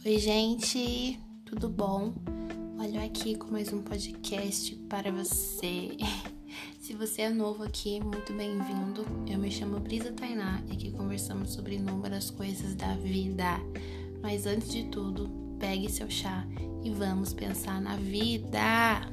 Oi, gente, tudo bom? Olha eu aqui com mais um podcast para você. Se você é novo aqui, muito bem-vindo. Eu me chamo Brisa Tainá e aqui conversamos sobre inúmeras coisas da vida. Mas antes de tudo, pegue seu chá e vamos pensar na vida.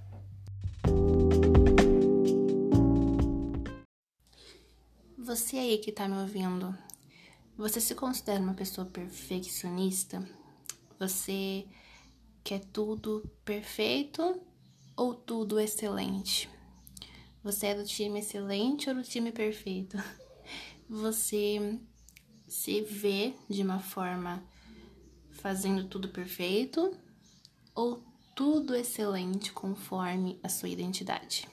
Você aí que tá me ouvindo, você se considera uma pessoa perfeccionista? Você quer tudo perfeito ou tudo excelente? Você é do time excelente ou do time perfeito? Você se vê de uma forma fazendo tudo perfeito ou tudo excelente conforme a sua identidade?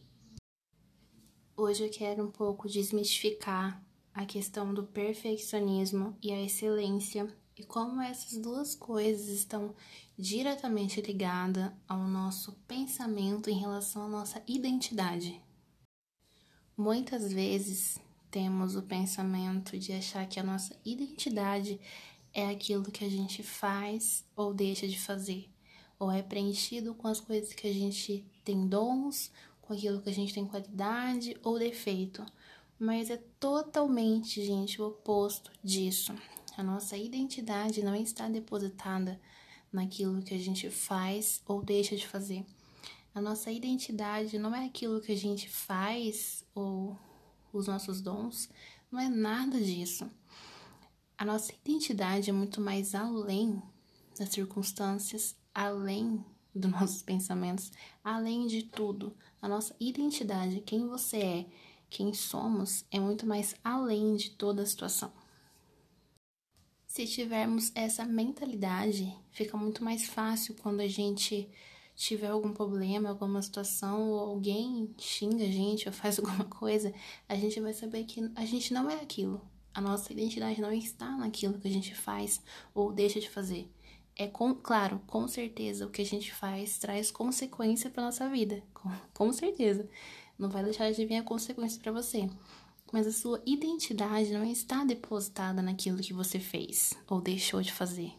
Hoje eu quero um pouco desmistificar a questão do perfeccionismo e a excelência e como essas duas coisas estão diretamente ligadas ao nosso pensamento em relação à nossa identidade. Muitas vezes temos o pensamento de achar que a nossa identidade é aquilo que a gente faz ou deixa de fazer, ou é preenchido com as coisas que a gente tem dons, com aquilo que a gente tem qualidade ou defeito, mas é totalmente, gente, o oposto disso. A nossa identidade não está depositada naquilo que a gente faz ou deixa de fazer. A nossa identidade não é aquilo que a gente faz ou os nossos dons, não é nada disso. A nossa identidade é muito mais além das circunstâncias, além dos nossos pensamentos, além de tudo. A nossa identidade, quem você é, quem somos, é muito mais além de toda a situação. Se tivermos essa mentalidade, fica muito mais fácil quando a gente tiver algum problema, alguma situação, ou alguém xinga a gente ou faz alguma coisa, a gente vai saber que a gente não é aquilo. A nossa identidade não está naquilo que a gente faz ou deixa de fazer. Claro, com certeza, o que a gente faz traz consequência para nossa vida. Com certeza. Não vai deixar de vir a consequência para você. Mas a sua identidade não está depositada naquilo que você fez ou deixou de fazer.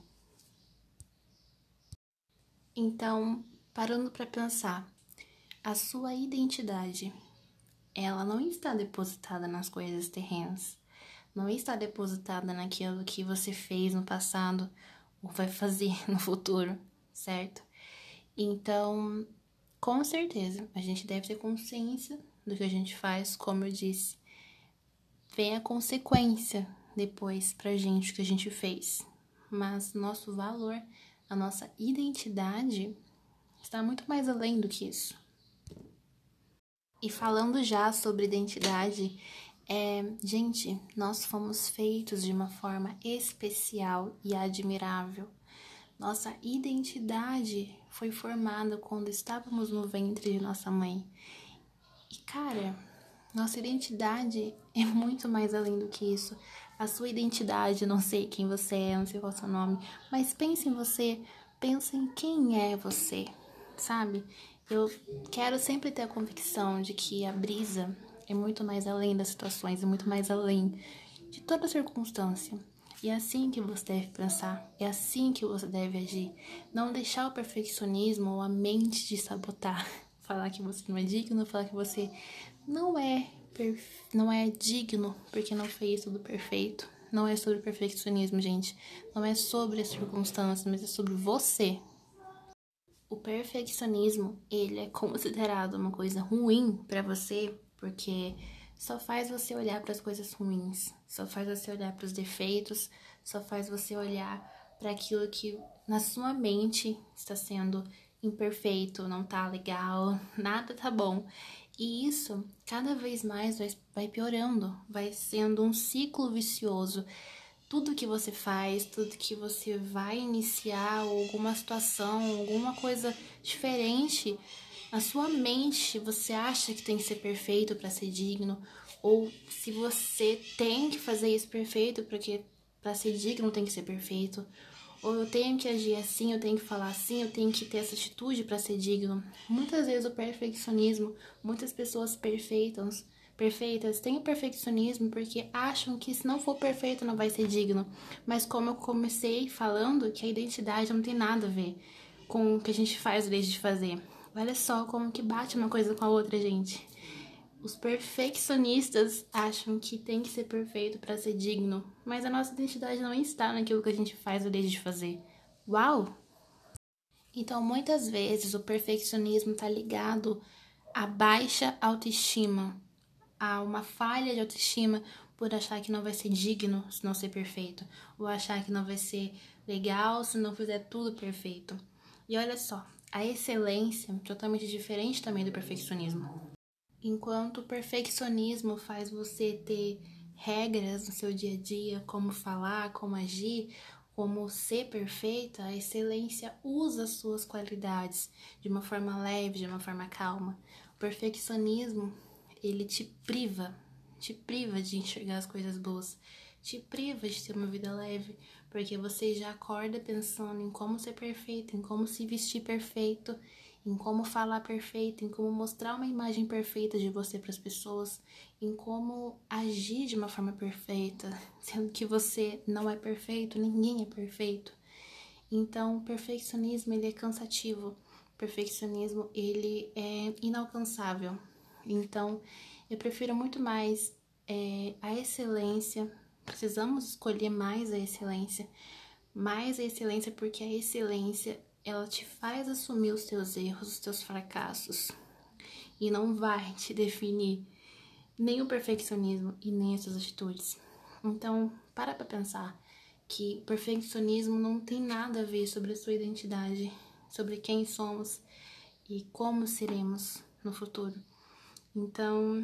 Então, parando para pensar, a sua identidade, ela não está depositada nas coisas terrenas, não está depositada naquilo que você fez no passado ou vai fazer no futuro, certo? Então, com certeza, a gente deve ter consciência do que a gente faz, como eu disse. Vem a consequência depois pra gente o que a gente fez. Mas nosso valor, a nossa identidade está muito mais além do que isso. E falando já sobre identidade, gente, nós fomos feitos de uma forma especial e admirável. Nossa identidade foi formada quando estávamos no ventre de nossa mãe. E, cara, nossa identidade é muito mais além do que isso. A sua identidade, não sei quem você é, não sei qual é o seu nome, mas pense em você, pense em quem é você, sabe? Eu quero sempre ter a convicção de que a Brisa é muito mais além das situações, é muito mais além de toda circunstância. E é assim que você deve pensar, é assim que você deve agir. Não deixar o perfeccionismo ou a mente te sabotar. Falar que você não é digno, falar que você não é digno porque não fez tudo perfeito. Não é sobre perfeccionismo, gente. Não é sobre as circunstâncias, mas é sobre você. O perfeccionismo, ele é considerado uma coisa ruim pra você porque só faz você olhar para as coisas ruins, só faz você olhar para os defeitos, só faz você olhar para aquilo que na sua mente está sendo imperfeito, não tá legal, nada tá bom. E isso cada vez mais vai piorando, vai sendo um ciclo vicioso. Tudo que você faz, tudo que você vai iniciar, ou alguma situação, alguma coisa diferente, na sua mente você acha que tem que ser perfeito para ser digno, ou se você tem que fazer isso perfeito, porque para ser digno tem que ser perfeito, ou eu tenho que agir assim, eu tenho que falar assim, eu tenho que ter essa atitude para ser digno. Muitas vezes o perfeccionismo, muitas pessoas perfeitas perfeitas têm o perfeccionismo porque acham que se não for perfeito não vai ser digno. Mas como eu comecei falando que a identidade não tem nada a ver com o que a gente faz ou deixa de fazer. Olha só como que bate uma coisa com a outra, gente. Os perfeccionistas acham que tem que ser perfeito para ser digno, mas a nossa identidade não está naquilo que a gente faz ou deixa de fazer. Uau! Então, muitas vezes o perfeccionismo está ligado à baixa autoestima, a uma falha de autoestima por achar que não vai ser digno se não ser perfeito, ou achar que não vai ser legal se não fizer tudo perfeito. E olha só, a excelência é totalmente diferente também do perfeccionismo. Enquanto o perfeccionismo faz você ter regras no seu dia a dia, como falar, como agir, como ser perfeita, a excelência usa as suas qualidades de uma forma leve, de uma forma calma. O perfeccionismo, ele te priva de enxergar as coisas boas, te priva de ter uma vida leve, porque você já acorda pensando em como ser perfeito, em como se vestir perfeito, em como falar perfeito, em como mostrar uma imagem perfeita de você para as pessoas, em como agir de uma forma perfeita, sendo que você não é perfeito, ninguém é perfeito. Então, o perfeccionismo, ele é cansativo, o perfeccionismo, ele é inalcançável. Então, eu prefiro muito mais a excelência, precisamos escolher mais a excelência porque a excelência, ela te faz assumir os teus erros, os teus fracassos, e não vai te definir nem o perfeccionismo e nem as suas atitudes. Então, para pensar que o perfeccionismo não tem nada a ver sobre a sua identidade, sobre quem somos e como seremos no futuro. Então,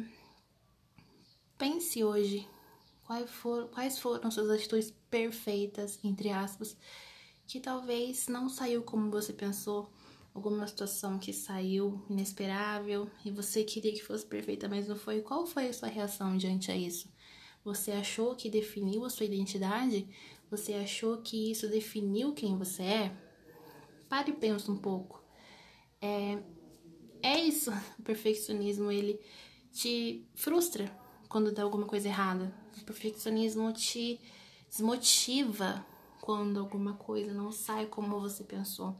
pense hoje quais foram suas atitudes perfeitas, entre aspas, que talvez não saiu como você pensou, alguma situação que saiu inesperável e você queria que fosse perfeita, mas não foi. Qual foi a sua reação diante a isso? Você achou que definiu a sua identidade? Você achou que isso definiu quem você é? Pare e pensa um pouco. É isso, o perfeccionismo, ele te frustra quando dá alguma coisa errada. O perfeccionismo te desmotiva quando alguma coisa não sai como você pensou.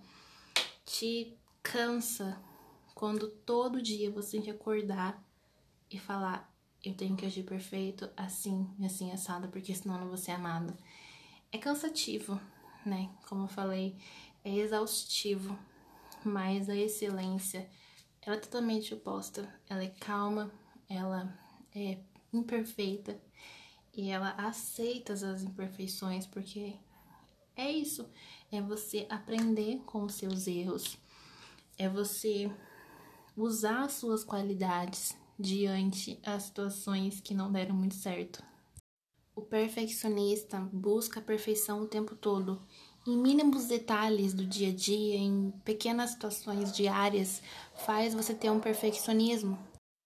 Te cansa quando todo dia você tem que acordar e falar: eu tenho que agir perfeito, assim, assim, assado, porque senão eu não vou ser amado. É cansativo, né? Como eu falei, é exaustivo, mas a excelência, ela é totalmente oposta. Ela é calma, ela é imperfeita e ela aceita as imperfeições, porque é isso, é você aprender com os seus erros, é você usar as suas qualidades diante as situações que não deram muito certo. O perfeccionista busca a perfeição o tempo todo, em mínimos detalhes do dia a dia, em pequenas situações diárias, faz você ter um perfeccionismo.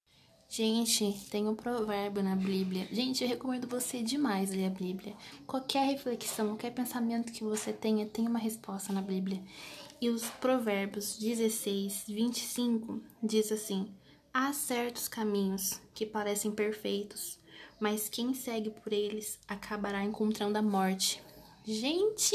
Gente, tem um provérbio na Bíblia. Gente, eu recomendo você demais ler a Bíblia. Qualquer reflexão, qualquer pensamento que você tenha, tem uma resposta na Bíblia. E os provérbios 16, 25 diz assim: há certos caminhos que parecem perfeitos, mas quem segue por eles acabará encontrando a morte. Gente!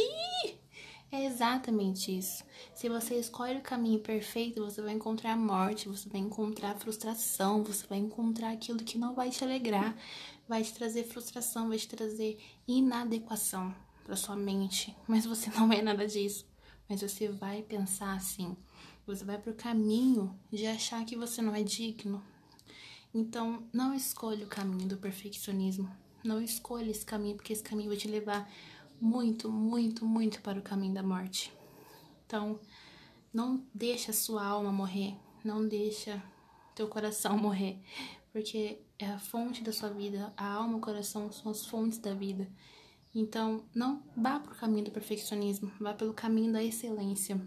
É exatamente isso. Se você escolhe o caminho perfeito, você vai encontrar morte, você vai encontrar frustração, você vai encontrar aquilo que não vai te alegrar, vai te trazer frustração, vai te trazer inadequação para sua mente. Mas você não é nada disso. Mas você vai pensar assim, você vai pro caminho de achar que você não é digno. Então, não escolha o caminho do perfeccionismo. Não escolha esse caminho, porque esse caminho vai te levar muito, muito, muito para o caminho da morte. Então, não deixa a sua alma morrer, não deixa teu coração morrer, porque é a fonte da sua vida, a alma e o coração são as fontes da vida. Então, não vá para o caminho do perfeccionismo, vá pelo caminho da excelência.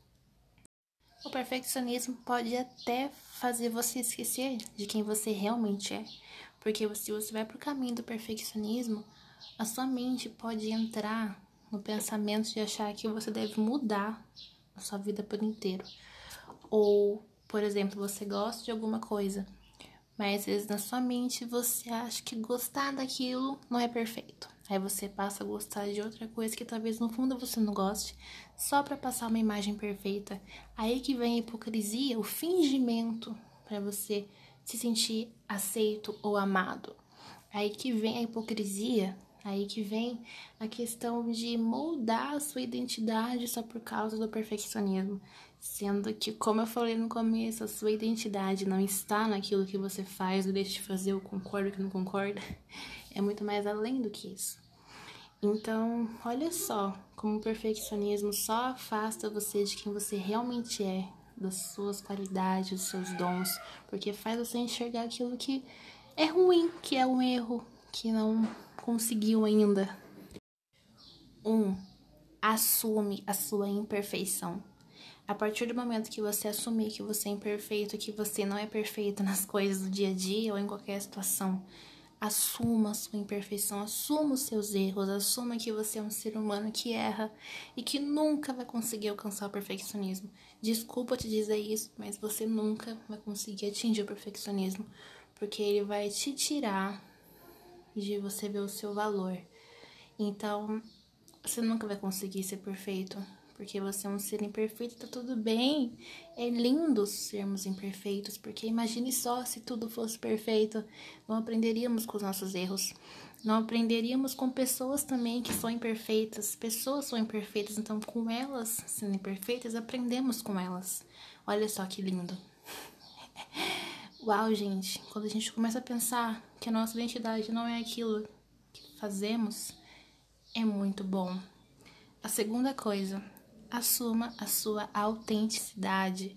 O perfeccionismo pode até fazer você esquecer de quem você realmente é, porque se você vai para o caminho do perfeccionismo, a sua mente pode entrar no pensamento de achar que você deve mudar a sua vida por inteiro. Ou, por exemplo, você gosta de alguma coisa, mas às vezes na sua mente você acha que gostar daquilo não é perfeito. Aí você passa a gostar de outra coisa que talvez no fundo você não goste, só para passar uma imagem perfeita. Aí que vem a hipocrisia, o fingimento para você se sentir aceito ou amado. Aí que vem a hipocrisia, aí que vem a questão de moldar a sua identidade só por causa do perfeccionismo. Sendo que, como eu falei no começo, a sua identidade não está naquilo que você faz ou deixa de fazer, ou concorda ou que não concorda. É muito mais além do que isso. Então, olha só como o perfeccionismo só afasta você de quem você realmente é, das suas qualidades, dos seus dons, porque faz você enxergar aquilo que é ruim, que é um erro, que não conseguiu ainda. Assume a sua imperfeição. A partir do momento que você assumir que você é imperfeito, que você não é perfeito nas coisas do dia a dia ou em qualquer situação, assuma a sua imperfeição, assuma os seus erros, assuma que você é um ser humano que erra e que nunca vai conseguir alcançar o perfeccionismo. Desculpa te dizer isso, mas você nunca vai conseguir atingir o perfeccionismo, porque ele vai te tirar de você ver o seu valor. Então, você nunca vai conseguir ser perfeito, porque você é um ser imperfeito, tá tudo bem. É lindo sermos imperfeitos, porque imagine só se tudo fosse perfeito, não aprenderíamos com os nossos erros. Não aprenderíamos com pessoas também que são imperfeitas. Pessoas são imperfeitas, então com elas sendo imperfeitas, aprendemos com elas. Olha só que lindo. Uau, gente, quando a gente começa a pensar que a nossa identidade não é aquilo que fazemos, é muito bom. A segunda coisa, assuma a sua autenticidade.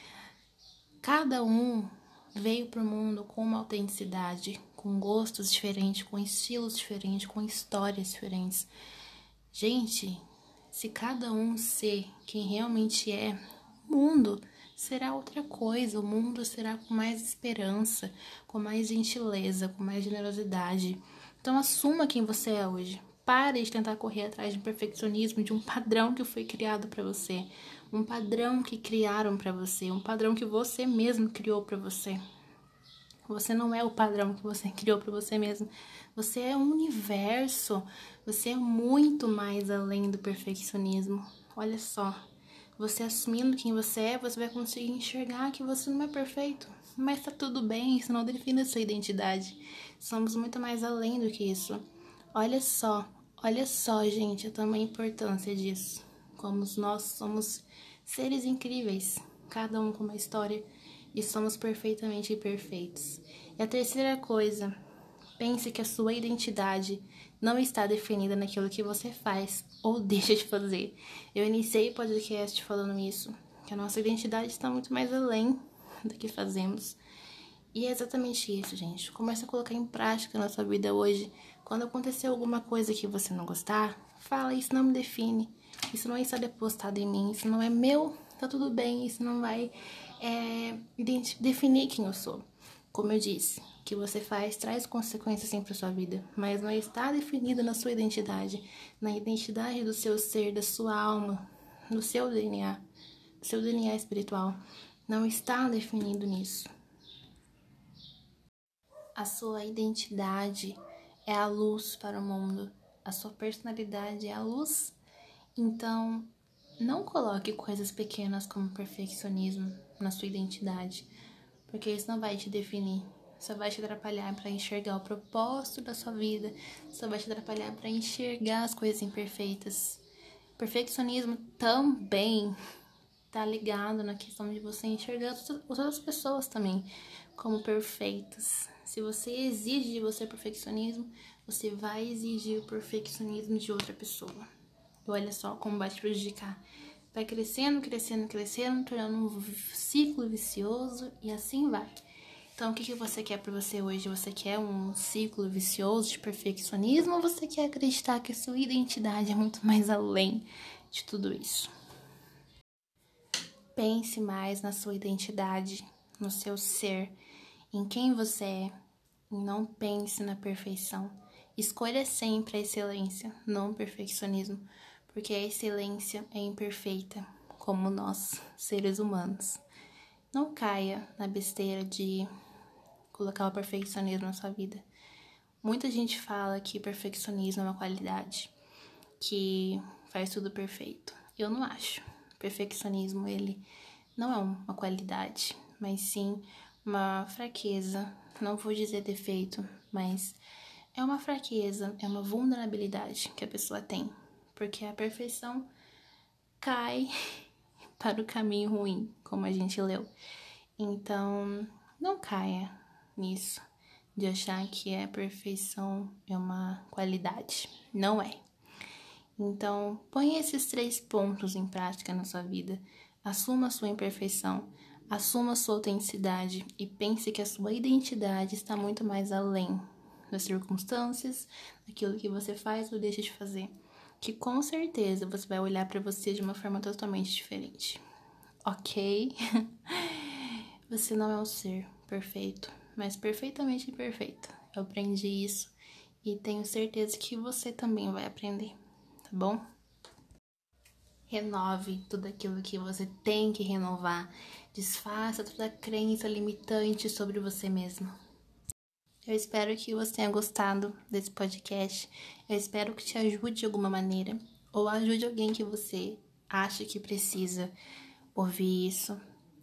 Cada um veio para o mundo com uma autenticidade, com gostos diferentes, com estilos diferentes, com histórias diferentes. Gente, se cada um ser quem realmente é, o mundo será outra coisa. O mundo será com mais esperança, com mais gentileza, com mais generosidade. Então assuma quem você é hoje. Pare de tentar correr atrás de um perfeccionismo, de um padrão que foi criado para você, um padrão que criaram para você, um padrão que você mesmo criou para você. Você não é o padrão que você criou para você mesmo. Você é um universo. Você é muito mais além do perfeccionismo. Olha só. Você assumindo quem você é, você vai conseguir enxergar que você não é perfeito. Mas tá tudo bem, isso não define a sua identidade. Somos muito mais além do que isso. Olha só, gente, a tamanha importância disso. Como nós somos seres incríveis, cada um com uma história, e somos perfeitamente perfeitos. E a terceira coisa, pense que a sua identidade não está definida naquilo que você faz ou deixa de fazer. Eu iniciei o podcast falando isso, que a nossa identidade está muito mais além do que fazemos. E é exatamente isso, gente. Comece a colocar em prática na sua vida hoje. Quando acontecer alguma coisa que você não gostar, fala, isso não me define. Isso não está depositado em mim. Isso não é meu, tá tudo bem. Isso não vai definir quem eu sou. Como eu disse, o que você faz traz consequências sim para sua vida, mas não está definido na sua identidade, na identidade do seu ser, da sua alma, do seu DNA espiritual. Não está definido nisso. A sua identidade é a luz para o mundo. A sua personalidade é a luz. Então, não coloque coisas pequenas como perfeccionismo na sua identidade, porque isso não vai te definir. Só vai te atrapalhar para enxergar o propósito da sua vida. Só vai te atrapalhar para enxergar as coisas imperfeitas. Perfeccionismo também tá ligado na questão de você enxergar as outras pessoas também como perfeitas. Se você exige de você perfeccionismo, você vai exigir o perfeccionismo de outra pessoa. E olha só como vai te prejudicar. Vai crescendo, crescendo, crescendo, tornando um ciclo vicioso e assim vai. Então, o que você quer pra você hoje? Você quer um ciclo vicioso de perfeccionismo ou você quer acreditar que a sua identidade é muito mais além de tudo isso? Pense mais na sua identidade, no seu ser, em quem você é, e não pense na perfeição. Escolha sempre a excelência, não o perfeccionismo, porque a excelência é imperfeita, como nós, seres humanos. Não caia na besteira de colocar o perfeccionismo na sua vida. Muita gente fala que perfeccionismo é uma qualidade, que faz tudo perfeito. Eu não acho. Perfeccionismo, ele não é uma qualidade, mas sim uma fraqueza. Não vou dizer defeito, mas é uma fraqueza, é uma vulnerabilidade que a pessoa tem. Porque a perfeição cai para o caminho ruim, como a gente leu. Então, não caia nisso, de achar que a perfeição é uma qualidade. Não é. Então, põe esses 3 pontos em prática na sua vida. Assuma a sua imperfeição, assuma a sua autenticidade e pense que a sua identidade está muito mais além das circunstâncias, daquilo que você faz ou deixa de fazer. Que com certeza você vai olhar para você de uma forma totalmente diferente. Ok? Você não é um ser perfeito, mas perfeitamente imperfeito. Eu aprendi isso e tenho certeza que você também vai aprender, tá bom? Renove tudo aquilo que você tem que renovar. Desfaça toda a crença limitante sobre você mesmo. Eu espero que você tenha gostado desse podcast. Eu espero que te ajude de alguma maneira. Ou ajude alguém que você acha que precisa ouvir isso.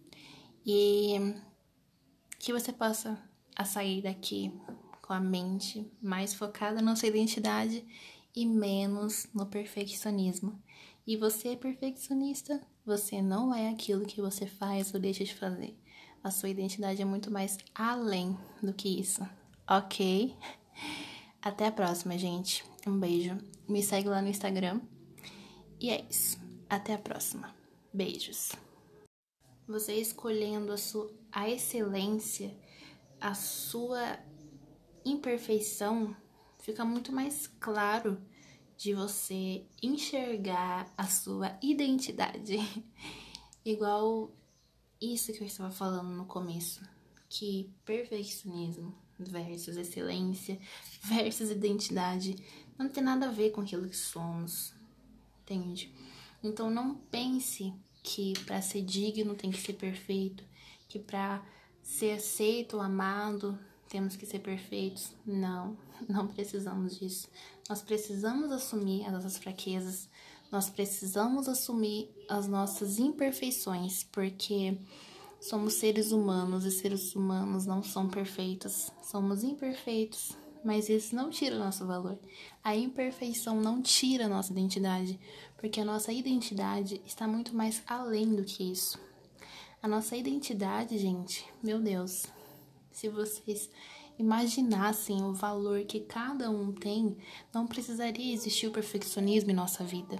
E que você possa sair daqui com a mente mais focada na sua identidade e menos no perfeccionismo. E você é perfeccionista, você não é aquilo que você faz ou deixa de fazer. A sua identidade é muito mais além do que isso, ok? Até a próxima, gente. Um beijo. Me segue lá no Instagram. E é isso. Até a próxima. Beijos. Você escolhendo a excelência, a sua imperfeição, fica muito mais claro de você enxergar a sua identidade. Igual isso que eu estava falando no começo, que perfeccionismo versus excelência versus identidade não tem nada a ver com aquilo que somos, entende? Então não pense que para ser digno tem que ser perfeito, que para ser aceito ou amado temos que ser perfeitos. Não, não precisamos disso. Nós precisamos assumir as nossas fraquezas, nós precisamos assumir as nossas imperfeições, porque somos seres humanos e seres humanos não são perfeitos, somos imperfeitos. Mas isso não tira o nosso valor. A imperfeição não tira a nossa identidade, porque a nossa identidade está muito mais além do que isso. A nossa identidade, gente, meu Deus, se vocês imaginassem o valor que cada um tem, não precisaria existir o perfeccionismo em nossa vida.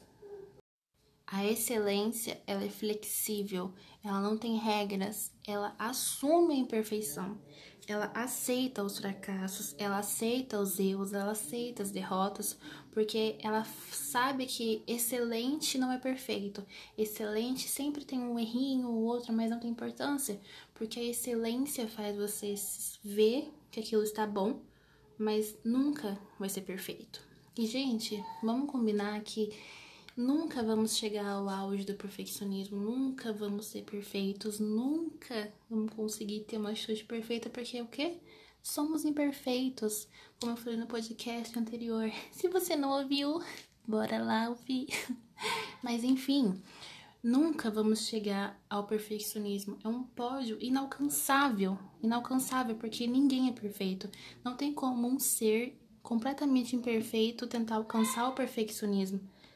A excelência, ela é flexível, ela não tem regras, ela assume a imperfeição, ela aceita os fracassos, ela aceita os erros, ela aceita as derrotas, porque ela sabe que excelente não é perfeito. Excelente sempre tem um errinho ou outro, mas não tem importância, porque a excelência faz você ver que aquilo está bom, mas nunca vai ser perfeito. E, gente, vamos combinar que nunca vamos chegar ao auge do perfeccionismo, nunca vamos ser perfeitos, nunca vamos conseguir ter uma atitude perfeita, porque o quê? Somos imperfeitos, como eu falei no podcast anterior. Se você não ouviu, bora lá ouvir. Mas enfim, nunca vamos chegar ao perfeccionismo. É um pódio inalcançável, inalcançável, porque ninguém é perfeito. Não tem como um ser completamente imperfeito tentar alcançar o perfeccionismo.